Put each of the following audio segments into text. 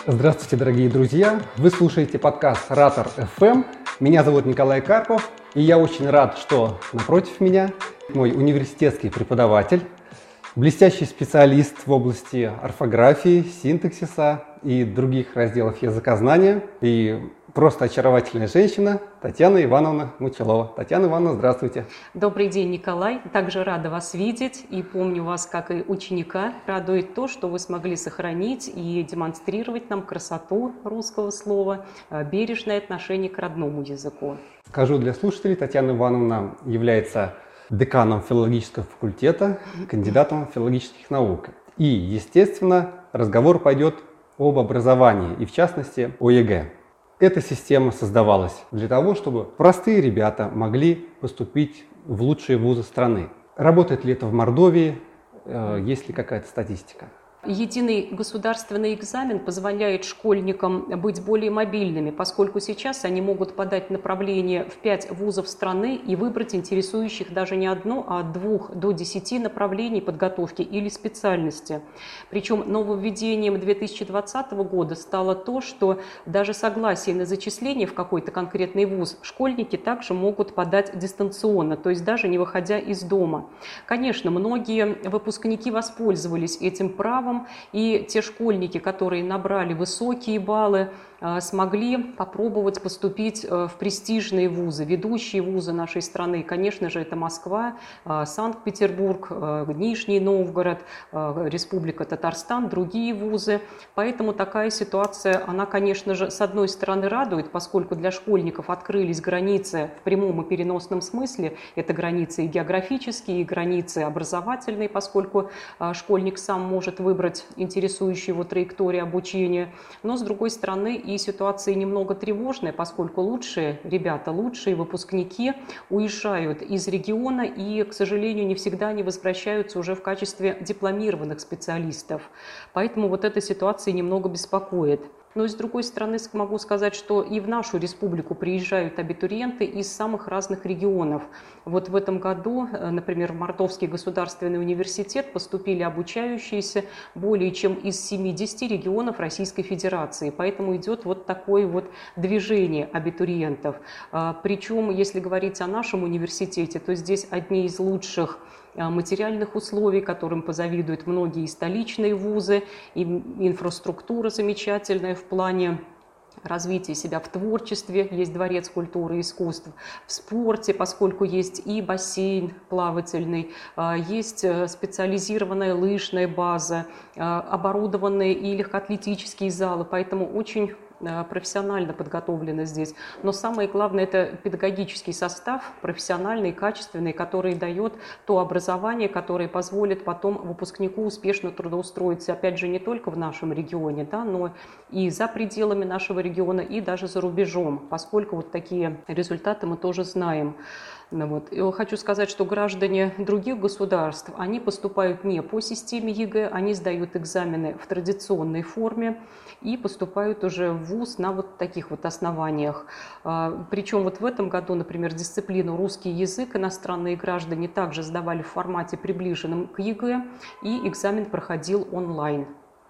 Здравствуйте, дорогие друзья! Вы слушаете подкаст «Ратор ФМ». Меня зовут Николай Карпов, и я очень рад, что напротив меня мой университетский преподаватель, блестящий специалист в области орфографии, синтаксиса и других разделов языкознания, и просто очаровательная женщина Татьяна Ивановна Мочалова. Татьяна Ивановна, здравствуйте. Добрый день, Николай. Также рада вас видеть и помню вас как и ученика. Радует то, что вы смогли сохранить и демонстрировать нам красоту русского слова, бережное отношение к родному языку. Скажу для слушателей, Татьяна Ивановна является деканом филологического факультета, кандидатом филологических наук. И, естественно, разговор пойдет об образовании и, в частности, о ЕГЭ. Эта система создавалась для того, чтобы простые ребята могли поступить в лучшие вузы страны. Работает ли это в Мордовии? Есть ли какая-то статистика? Единый государственный экзамен позволяет школьникам быть более мобильными, поскольку сейчас они могут подать направление в 5 вузов страны и выбрать интересующих даже не одно, а от 2 до 10 направлений подготовки или специальности. Причем нововведением 2020 года стало то, что даже согласие на зачисление в какой-то конкретный вуз школьники также могут подать дистанционно, то есть даже не выходя из дома. Конечно, многие выпускники воспользовались этим правом, и те школьники, которые набрали высокие баллы, смогли попробовать поступить в престижные вузы, ведущие вузы нашей страны. Конечно же, это Москва, Санкт-Петербург, Нижний Новгород, Республика Татарстан, другие вузы. Поэтому такая ситуация, она, конечно же, с одной стороны радует, поскольку для школьников открылись границы в прямом и переносном смысле. Это границы и географические, и границы образовательные, поскольку школьник сам может выбрать интересующую его траекторию обучения. Но, с другой стороны, и ситуация немного тревожная, поскольку лучшие ребята, лучшие выпускники уезжают из региона и, к сожалению, не всегда они возвращаются уже в качестве дипломированных специалистов. Поэтому вот эта ситуация немного беспокоит. Но, с другой стороны, могу сказать, что и в нашу республику приезжают абитуриенты из самых разных регионов. Вот в этом году, например, в Мордовский государственный университет поступили обучающиеся более чем из 70 регионов Российской Федерации. Поэтому идет вот такое вот движение абитуриентов. Причем, если говорить о нашем университете, то здесь одни из лучших материальных условий, которым позавидуют многие столичные вузы, и инфраструктура замечательная в плане развития себя в творчестве, есть дворец культуры и искусств, в спорте, поскольку есть и бассейн плавательный, есть специализированная лыжная база, оборудованные и легкоатлетические залы, поэтому очень профессионально подготовлены здесь. Но самое главное – это педагогический состав, профессиональный, качественный, который дает то образование, которое позволит потом выпускнику успешно трудоустроиться, опять же, не только в нашем регионе, да, но и за пределами нашего региона, и даже за рубежом, поскольку вот такие результаты мы тоже знаем. Вот. И хочу сказать, что граждане других государств, они поступают не по системе ЕГЭ, они сдают экзамены в традиционной форме и поступают уже в вуз на вот таких вот основаниях. Причем вот в этом году, например, дисциплину русский язык иностранные граждане также сдавали в формате, приближенном к ЕГЭ, и экзамен проходил онлайн.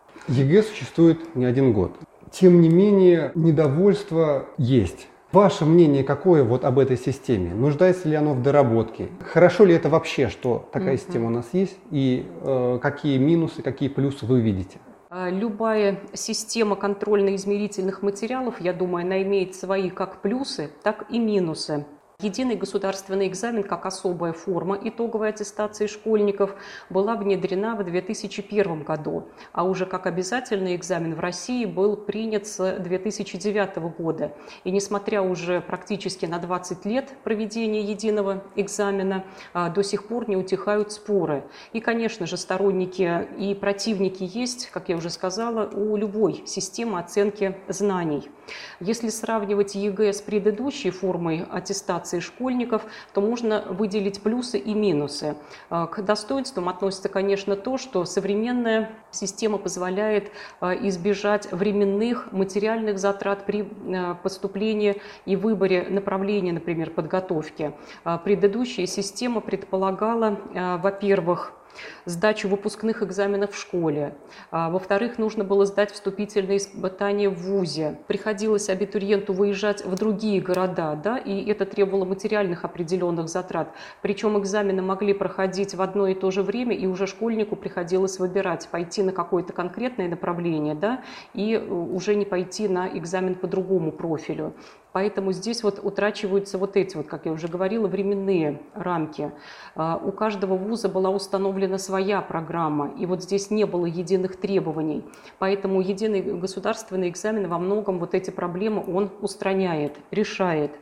ЕГЭ существует не один год. Тем не менее, недовольство есть. Ваше мнение какое вот об этой системе? Нуждается ли оно в доработке? Хорошо ли это вообще, что такая система у нас есть? И какие минусы, какие плюсы вы видите? Любая система контрольно-измерительных материалов, я думаю, она имеет свои как плюсы, так и минусы. Единый государственный экзамен как особая форма итоговой аттестации школьников была внедрена в 2001 году, а уже как обязательный экзамен в России был принят с 2009 года. И несмотря уже практически на 20 лет проведения единого экзамена, до сих пор не утихают споры. И, конечно же, сторонники и противники есть, как я уже сказала, у любой системы оценки знаний. Если сравнивать ЕГЭ с предыдущей формой аттестации школьников, то можно выделить плюсы и минусы. К достоинствам относится, конечно, то, что современная система позволяет избежать временных материальных затрат при поступлении и выборе направления, например, подготовки. Предыдущая система предполагала, во-первых, сдачу выпускных экзаменов в школе. Во-вторых, нужно было сдать вступительные испытания в ВУЗе. Приходилось абитуриенту выезжать в другие города, да, и это требовало материальных определенных затрат. Причем экзамены могли проходить в одно и то же время, и уже школьнику приходилось выбирать, пойти на какое-то конкретное направление, да, и уже не пойти на экзамен по другому профилю. Поэтому здесь вот утрачиваются вот эти, вот, как я уже говорила, временные рамки. У каждого вуза была установлена своя программа, и вот здесь не было единых требований. Поэтому единый государственный экзамен во многом вот эти проблемы он устраняет, решает.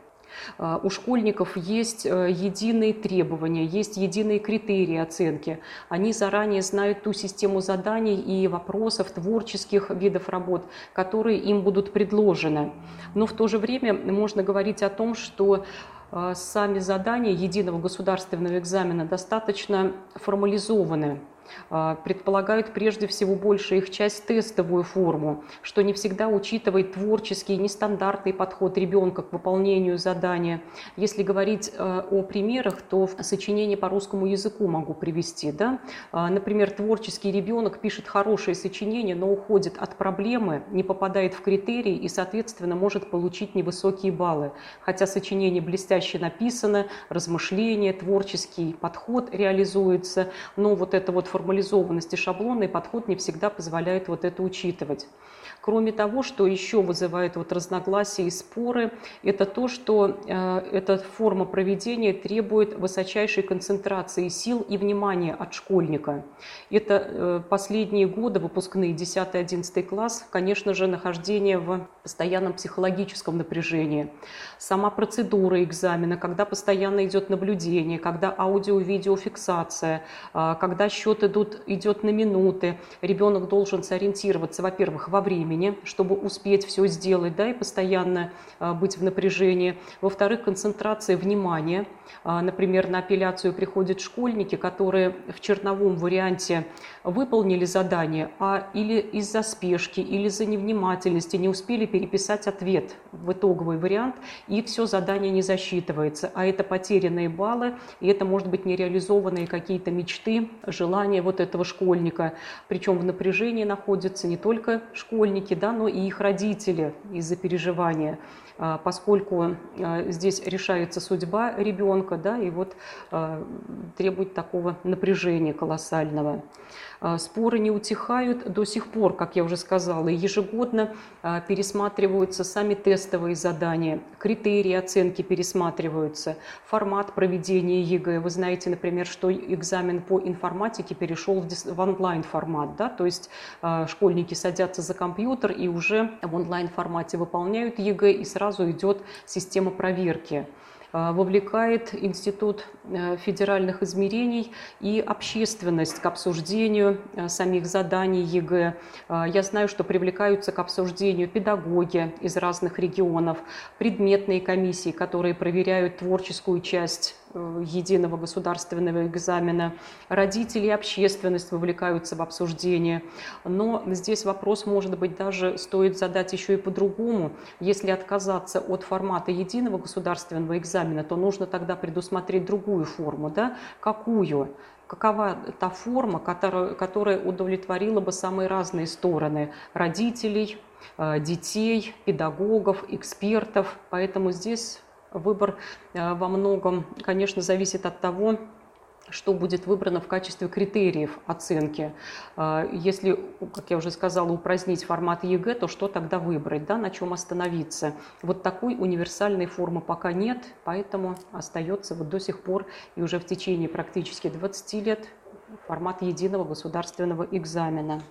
У школьников есть единые требования, есть единые критерии оценки. Они заранее знают ту систему заданий и вопросов, творческих видов работ, которые им будут предложены. Но в то же время можно говорить о том, что сами задания единого государственного экзамена достаточно формализованы. Предполагают прежде всего большая их часть тестовую форму, что не всегда учитывает творческий, нестандартный подход ребенка к выполнению задания. Если говорить о примерах, то сочинение по русскому языку могу привести. Да? Например, творческий ребенок пишет хорошее сочинение, но уходит от проблемы, не попадает в критерии и, соответственно, может получить невысокие баллы. Хотя сочинение блестяще написано, размышление, творческий подход реализуется, но вот это вот формализованность и шаблонный подход не всегда позволяет вот это учитывать. Кроме того, что еще вызывает вот разногласия и споры, это то, что эта форма проведения требует высочайшей концентрации сил и внимания от школьника. Это последние годы, выпускные 10-11 класс, конечно же, нахождение в постоянном психологическом напряжении. Сама процедура экзамена, когда постоянно идет наблюдение, когда аудио-видеофиксация, когда счет идет на минуты, ребенок должен сориентироваться, во-первых, во времени, чтобы успеть все сделать, да, и постоянно быть в напряжении. Во-вторых, концентрация внимания. Например, на апелляцию приходят школьники, которые в черновом варианте выполнили задание, а или из-за спешки, или из-за невнимательности не успели переписать ответ в итоговый вариант, и все задание не засчитывается. А это потерянные баллы, и это, может быть, нереализованные какие-то мечты, желания вот этого школьника. Причем в напряжении находятся не только школьники, да, но и их родители из-за переживания, поскольку здесь решается судьба ребенка, да, и вот требует такого напряжения колоссального. Споры не утихают до сих пор, как я уже сказала, и ежегодно пересматриваются сами тестовые задания, критерии оценки пересматриваются, формат проведения ЕГЭ. Вы знаете, например, что экзамен по информатике перешел в онлайн-формат, да? То есть школьники садятся за компьютер и уже в онлайн-формате выполняют ЕГЭ, и сразу идет система проверки. Вовлекает Институт федеральных измерений и общественность к обсуждению самих заданий ЕГЭ. Я знаю, что привлекаются к обсуждению педагоги из разных регионов, предметные комиссии, которые проверяют творческую часть единого государственного экзамена. Родители и общественность вовлекаются в обсуждение. Но здесь вопрос, может быть, даже стоит задать еще и по-другому. Если отказаться от формата единого государственного экзамена, то нужно тогда предусмотреть другую форму. Да? Какую? Какова та форма, которая удовлетворила бы самые разные стороны родителей, детей, педагогов, экспертов. Поэтому здесь выбор во многом, конечно, зависит от того, что будет выбрано в качестве критериев оценки. Если, как я уже сказала, упразднить формат ЕГЭ, то что тогда выбрать, да, на чем остановиться? Вот такой универсальной формы пока нет, поэтому остается вот до сих пор и уже в течение практически 20 лет формат единого государственного экзамена.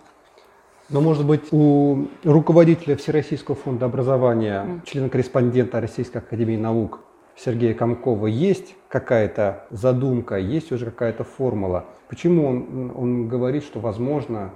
Но, может быть, у руководителя Всероссийского фонда образования, члена-корреспондента Российской академии наук Сергея Комкова есть какая-то задумка, есть уже какая-то формула? Почему он говорит, что, возможно,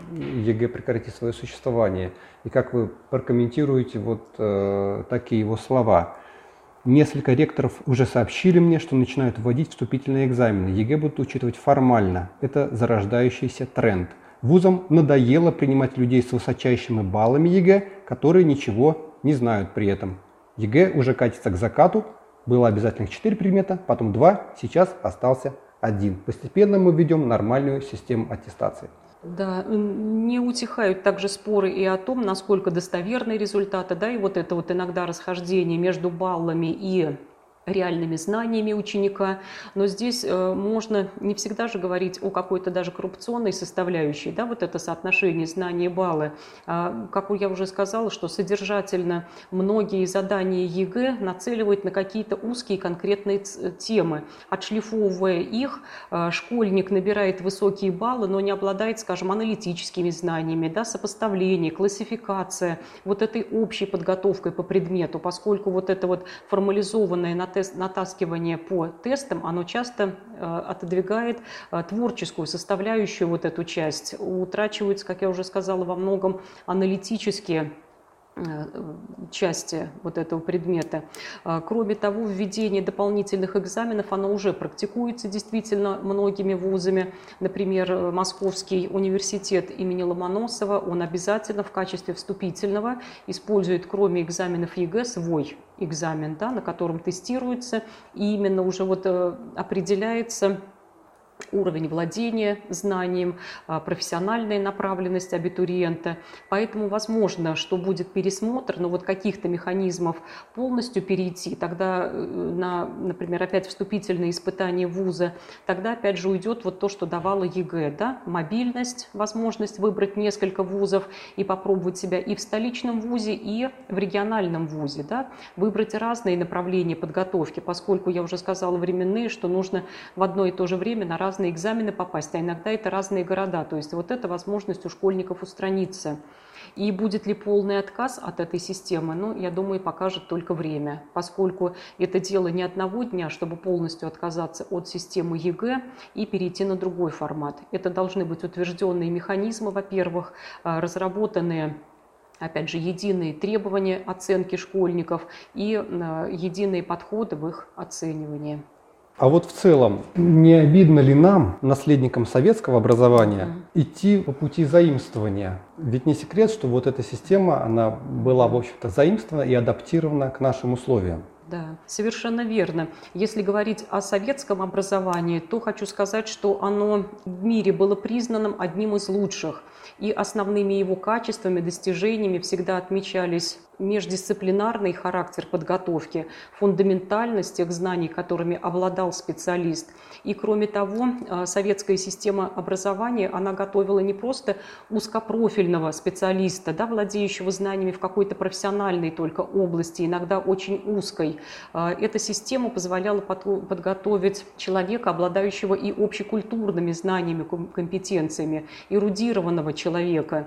ЕГЭ прекратит свое существование? И как вы прокомментируете вот такие его слова? Несколько ректоров уже сообщили мне, что начинают вводить вступительные экзамены. ЕГЭ будут учитывать формально. Это зарождающийся тренд. Вузам надоело принимать людей с высочайшими баллами ЕГЭ, которые ничего не знают при этом. ЕГЭ уже катится к закату. Было обязательных 4 предмета, потом 2, сейчас остался один. Постепенно мы введем нормальную систему аттестации. Да, не утихают также споры и о том, насколько достоверны результаты, да, и вот это вот иногда расхождение между баллами и реальными знаниями ученика, но здесь можно не всегда же говорить о какой-то даже коррупционной составляющей, да, вот это соотношение знания-баллы. Как я уже сказала, что содержательно многие задания ЕГЭ нацеливают на какие-то узкие конкретные темы. Отшлифовывая их, школьник набирает высокие баллы, но не обладает, скажем, аналитическими знаниями, да, сопоставление, классификация, вот этой общей подготовкой по предмету, поскольку вот это вот формализованное натаскивание по тестам, оно часто отодвигает творческую составляющую, вот эту часть. Утрачиваются, как я уже сказала, во многом аналитические части вот этого предмета. Кроме того, введение дополнительных экзаменов, оно уже практикуется действительно многими вузами. Например, Московский университет имени Ломоносова, он обязательно в качестве вступительного использует, кроме экзаменов ЕГЭ, свой экзамен, да, на котором тестируется, и именно уже вот определяется уровень владения знанием, профессиональная направленность абитуриента. Поэтому возможно, что будет пересмотр, но вот каких-то механизмов полностью перейти, тогда на, например, опять вступительные испытания вуза, тогда опять же уйдет вот то, что давало ЕГЭ, да? Мобильность, возможность выбрать несколько вузов и попробовать себя и в столичном вузе, и в региональном вузе, да? Выбрать разные направления подготовки, поскольку я уже сказала временные, что нужно в одно и то же время на разные экзамены попасть, а иногда это разные города. То есть вот эта возможность у школьников устранится. И будет ли полный отказ от этой системы, ну, я думаю, покажет только время, поскольку это дело не одного дня, чтобы полностью отказаться от системы ЕГЭ и перейти на другой формат. Это должны быть утвержденные механизмы, во-первых, разработанные, опять же, единые требования оценки школьников и единые подходы в их оценивании. А вот в целом, не обидно ли нам, наследникам советского образования, идти по пути заимствования? Ведь не секрет, что вот эта система, она была, в общем-то, заимствована и адаптирована к нашим условиям. Да, совершенно верно. Если говорить о советском образовании, то хочу сказать, что оно в мире было признанным одним из лучших. И основными его качествами, достижениями всегда отмечались междисциплинарный характер подготовки, фундаментальность тех знаний, которыми обладал специалист. И кроме того, советская система образования, она готовила не просто узкопрофильного специалиста, да, владеющего знаниями в какой-то профессиональной только области, иногда очень узкой. Эта система позволяла подготовить человека, обладающего и общекультурными знаниями, компетенциями, эрудированного человека.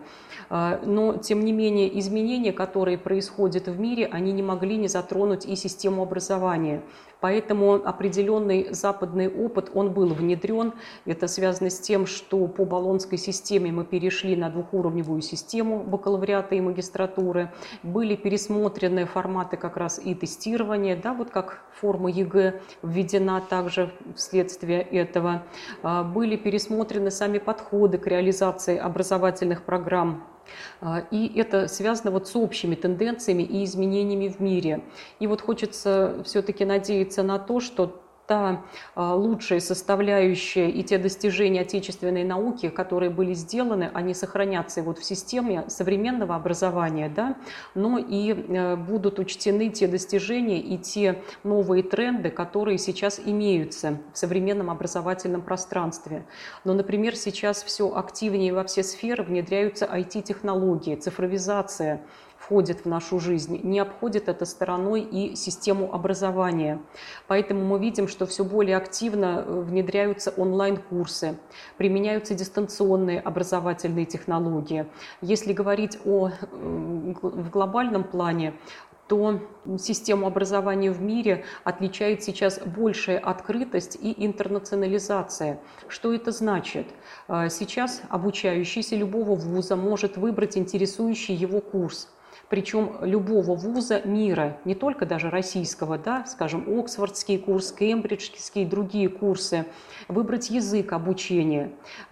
Но, тем не менее, изменения, которые происходят в мире, они не могли не затронуть и систему образования. Поэтому определенный западный опыт, он был внедрен. Это связано с тем, что по Болонской системе мы перешли на двухуровневую систему бакалавриата и магистратуры. Были пересмотрены форматы как раз и тестирования, да, вот как форма ЕГЭ введена также вследствие этого. Были пересмотрены сами подходы к реализации образовательных программ. И это связано вот с общими тенденциями и изменениями в мире. И вот хочется все-таки надеяться на то, что та лучшая составляющая и те достижения отечественной науки, которые были сделаны, они сохранятся вот в системе современного образования, да, но и будут учтены те достижения и те новые тренды, которые сейчас имеются в современном образовательном пространстве. Но, например, сейчас все активнее во все сферы внедряются IT-технологии, цифровизация входит в нашу жизнь, не обходит это стороной и систему образования. Поэтому мы видим, что все более активно внедряются онлайн-курсы, применяются дистанционные образовательные технологии. Если говорить в глобальном плане, то систему образования в мире отличает сейчас большая открытость и интернационализация. Что это значит? Сейчас обучающийся любого вуза может выбрать интересующий его курс, причем любого вуза мира, не только даже российского, да, скажем, Оксфордский курс, Кембриджский, другие курсы, выбрать язык обучения.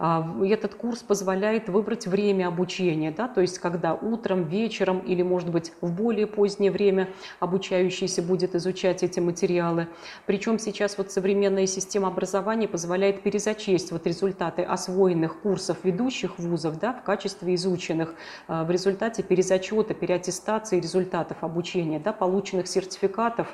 Этот курс позволяет выбрать время обучения, да, то есть когда утром, вечером или, может быть, в более позднее время обучающийся будет изучать эти материалы. Причем сейчас вот современная система образования позволяет перезачесть вот результаты освоенных курсов ведущих вузов, да, в качестве изученных в результате перезачета, переаттестации результатов обучения, да, полученных сертификатов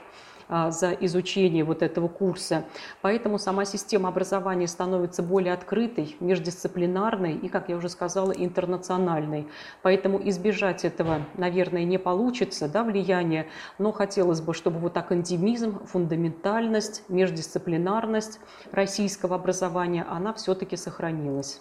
за изучение вот этого курса. Поэтому сама система образования становится более открытой, междисциплинарной и, как я уже сказала, интернациональной. Поэтому избежать этого, наверное, не получится, да, влияния, но хотелось бы, чтобы вот академизм, фундаментальность, междисциплинарность российского образования, она все-таки сохранилась.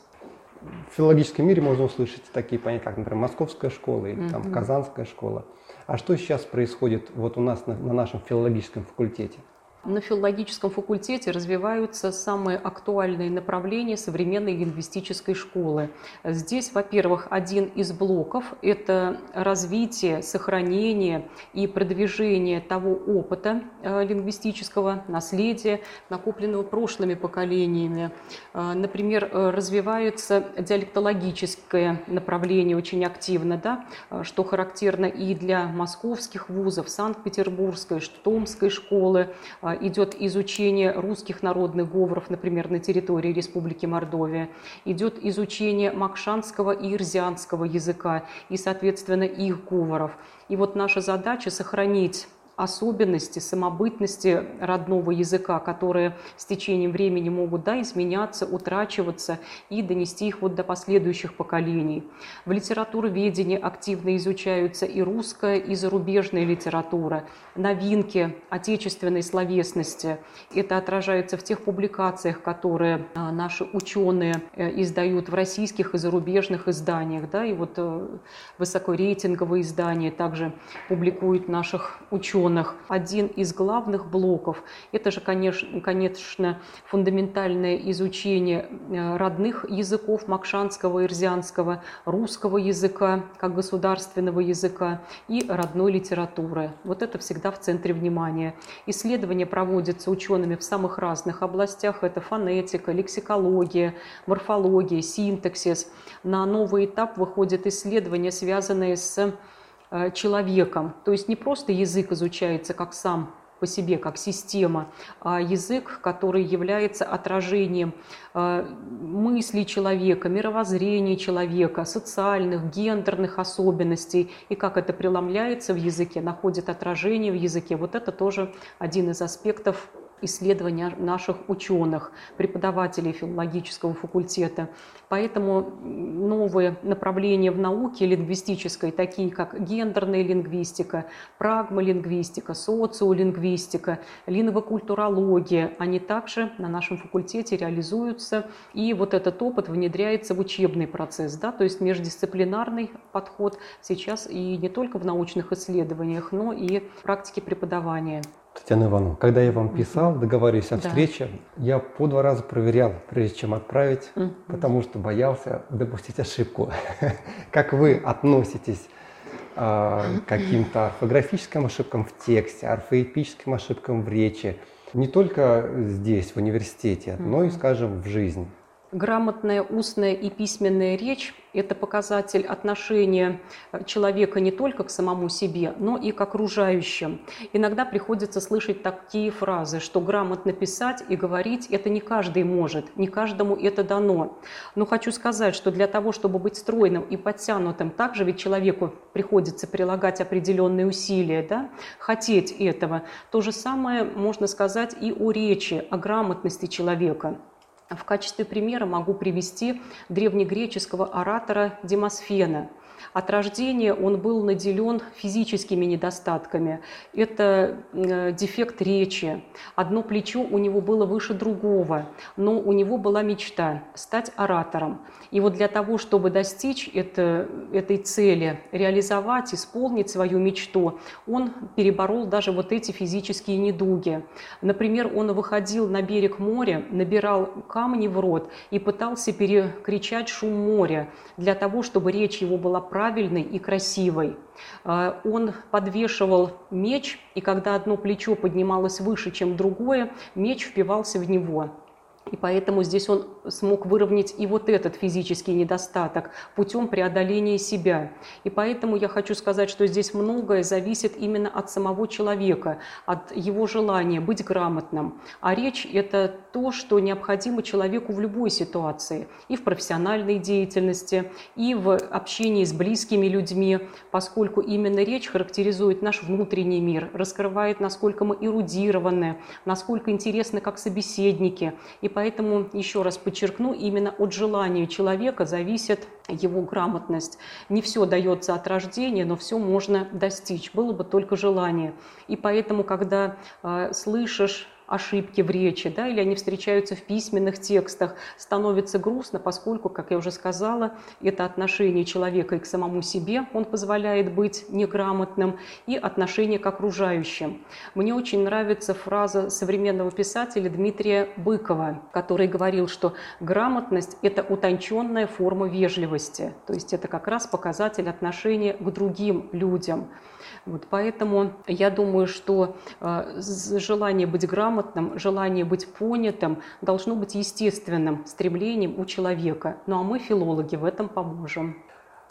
В филологическом мире можно услышать такие понятия, как, например, московская школа или там, казанская школа. А что сейчас происходит вот у нас на нашем филологическом факультете? На филологическом факультете развиваются самые актуальные направления современной лингвистической школы. Здесь, во-первых, один из блоков – это развитие, сохранение и продвижение того опыта лингвистического наследия, накопленного прошлыми поколениями. Например, развивается диалектологическое направление очень активно, да, что характерно и для московских вузов, Санкт-Петербургской, Томской школы. Идет изучение русских народных говоров, например, на территории Республики Мордовия. Идет изучение макшанского и ирзианского языка и, соответственно, их говоров. И вот наша задача сохранить особенности, самобытности родного языка, которые с течением времени могут, да, изменяться, утрачиваться и донести их вот до последующих поколений. В литературоведении активно изучаются и русская, и зарубежная литература, новинки отечественной словесности. Это отражается в тех публикациях, которые наши ученые издают в российских и зарубежных изданиях, да, и вот высокорейтинговые издания также публикуют наших ученых. Один из главных блоков – это же, конечно, фундаментальное изучение родных языков макшанского, ирзианского, русского языка как государственного языка и родной литературы. Вот это всегда в центре внимания. Исследования проводятся учеными в самых разных областях. Это фонетика, лексикология, морфология, синтаксис. На новый этап выходят исследования, связанные с человеком. То есть не просто язык изучается как сам по себе, как система, а язык, который является отражением мыслей человека, мировоззрения человека, социальных, гендерных особенностей, и как это преломляется в языке, находит отражение в языке. Вот это тоже один из аспектов исследования наших ученых, преподавателей филологического факультета. Поэтому новые направления в науке лингвистической, такие как гендерная лингвистика, прагмалингвистика, социолингвистика, лингвокультурология, они также на нашем факультете реализуются. И вот этот опыт внедряется в учебный процесс, да, то есть междисциплинарный подход сейчас и не только в научных исследованиях, но и в практике преподавания. Татьяна Ивановна, когда я вам писал, договариваясь о встрече, я по 2 раза проверял, прежде чем отправить, потому что боялся допустить ошибку. Как вы относитесь к каким-то орфографическим ошибкам в тексте, орфоэпическим ошибкам в речи, не только здесь, в университете, но и, скажем, в жизни? Грамотная устная и письменная речь – это показатель отношения человека не только к самому себе, но и к окружающим. Иногда приходится слышать такие фразы, что грамотно писать и говорить – это не каждый может, не каждому это дано. Но хочу сказать, что для того, чтобы быть стройным и подтянутым, также ведь человеку приходится прилагать определенные усилия, да? Хотеть этого. То же самое можно сказать и о речи, о грамотности человека. В качестве примера могу привести древнегреческого оратора Демосфена. От рождения он был наделен физическими недостатками. Это дефект речи. Одно плечо у него было выше другого, но у него была мечта – стать оратором. И вот для того, чтобы достичь этой цели, реализовать, исполнить свою мечту, он переборол даже вот эти физические недуги. Например, он выходил на берег моря, набирал камни в рот и пытался перекричать шум моря для того, чтобы речь его была правильной и красивой. Он подвешивал меч, и когда одно плечо поднималось выше, чем другое, меч впивался в него. И поэтому здесь он смог выровнять и вот этот физический недостаток путем преодоления себя. И поэтому я хочу сказать, что здесь многое зависит именно от самого человека, от его желания быть грамотным. А речь – это то, что необходимо человеку в любой ситуации. И в профессиональной деятельности, и в общении с близкими людьми, поскольку именно речь характеризует наш внутренний мир, раскрывает, насколько мы эрудированы, насколько интересны как собеседники. И поэтому, еще раз подчеркну, именно от желания человека зависит его грамотность. Не все дается от рождения, но все можно достичь, было бы только желание. И поэтому, когда слышишь ошибки в речи, да, или они встречаются в письменных текстах, становится грустно, поскольку, как я уже сказала, это отношение человека и к самому себе, он позволяет быть неграмотным, и отношение к окружающим. Мне очень нравится фраза современного писателя Дмитрия Быкова, который говорил, что грамотность – это утонченная форма вежливости, то есть это как раз показатель отношения к другим людям. Вот поэтому я думаю, что желание быть грамотным, желание быть понятым должно быть естественным стремлением у человека. Ну а мы, филологи, в этом поможем.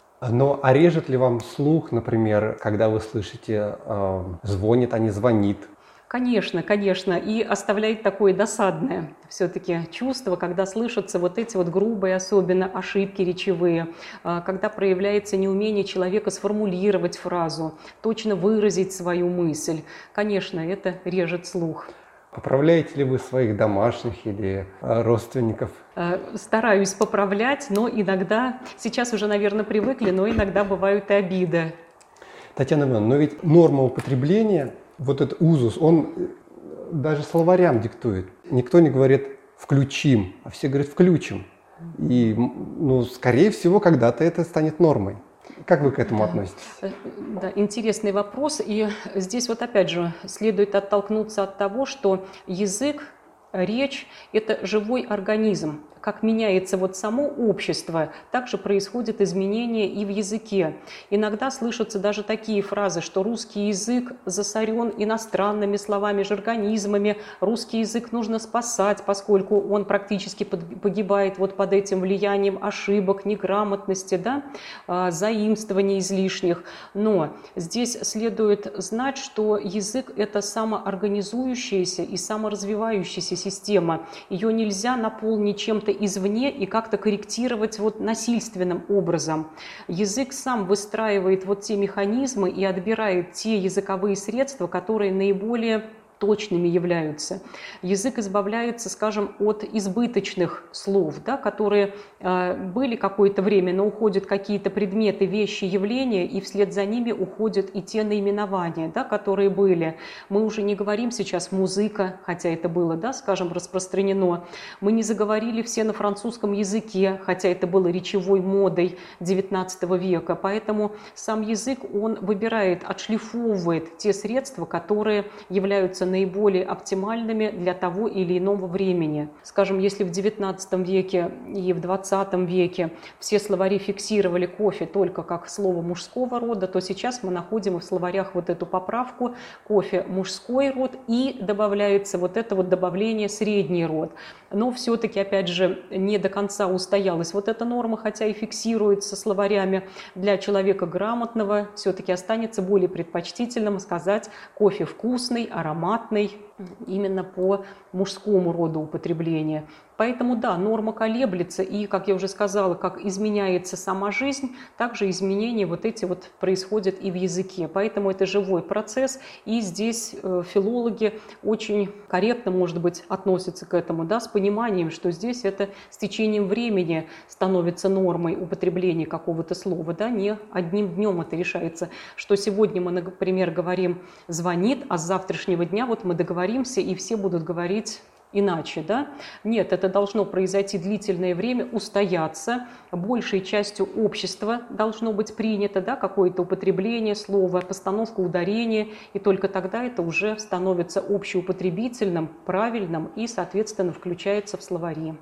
Но а режет ли вам слух, например, когда вы слышите «звонит», а не «звонит»? Конечно, конечно, и оставляет такое досадное все-таки чувство, когда слышатся вот эти вот грубые, особенно ошибки речевые, когда проявляется неумение человека сформулировать фразу, точно выразить свою мысль. Конечно, это режет слух. Поправляете ли вы своих домашних или родственников? Стараюсь поправлять, но иногда, сейчас уже, наверное, привыкли, но иногда бывают и обиды. Татьяна Ивановна, но ведь норма употребления, вот этот узус, он даже словарям диктует. Никто не говорит «включим», а все говорят «включим». И, скорее всего, когда-то это станет нормой. Как вы к этому относитесь? Да, интересный вопрос. И здесь вот опять же следует оттолкнуться от того, что язык, речь – это живой организм. Как меняется вот само общество, также происходят изменения и в языке. Иногда слышатся даже такие фразы, что русский язык засорен иностранными словами, жаргонизмами, русский язык нужно спасать, поскольку он практически погибает вот под этим влиянием ошибок, неграмотности, да, заимствований излишних. Но здесь следует знать, что язык – это самоорганизующаяся и саморазвивающаяся система. Ее нельзя наполнить чем-то извне и как-то корректировать вот насильственным образом. Язык сам выстраивает вот те механизмы и отбирает те языковые средства, которые наиболее точными являются. Язык избавляется, скажем, от избыточных слов, да, которые были какое-то время, но уходят какие-то предметы, вещи, явления, и вслед за ними уходят и те наименования, да, которые были. Мы уже не говорим сейчас музыка, хотя это было, да, скажем, распространено. Мы не заговорили все на французском языке, хотя это было речевой модой XIX века. Поэтому сам язык, он выбирает, отшлифовывает те средства, которые являются наиболее оптимальными для того или иного времени. Скажем, если в XIX веке и в XX веке все словари фиксировали кофе только как слово мужского рода, то сейчас мы находим в словарях вот эту поправку кофе мужской род, и добавляется вот это вот добавление средний род. Но все-таки, опять же, не до конца устоялась вот эта норма, хотя и фиксируется словарями. Для человека грамотного все-таки останется более предпочтительным сказать кофе вкусный, ароматный, именно по мужскому роду употребления. Поэтому да, норма колеблется, и, как я уже сказала, как изменяется сама жизнь, также изменения вот эти вот происходят и в языке. Поэтому это живой процесс, и здесь филологи очень корректно, может быть, относятся к этому, да, с пониманием, что здесь это с течением времени становится нормой употребления какого-то слова, да, не одним днем это решается, что сегодня мы, например, говорим «звонит», а с завтрашнего дня вот мы договоримся, и все будут говорить иначе, да? Нет, это должно произойти длительное время, устояться, большей частью общества должно быть принято, да, какое-то употребление слова, постановка ударения, и только тогда это уже становится общеупотребительным, правильным и, соответственно, включается в словари.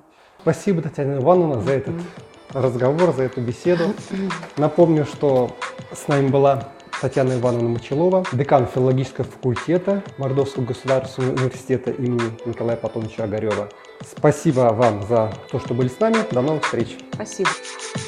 Спасибо, Татьяна Ивановна, за этот разговор, за эту беседу. Напомню, что с нами была Татьяна Ивановна Мочалова, декан филологического факультета Мордовского государственного университета имени Николая Платоновича Огарева. Спасибо вам за то, что были с нами. До новых встреч. Спасибо.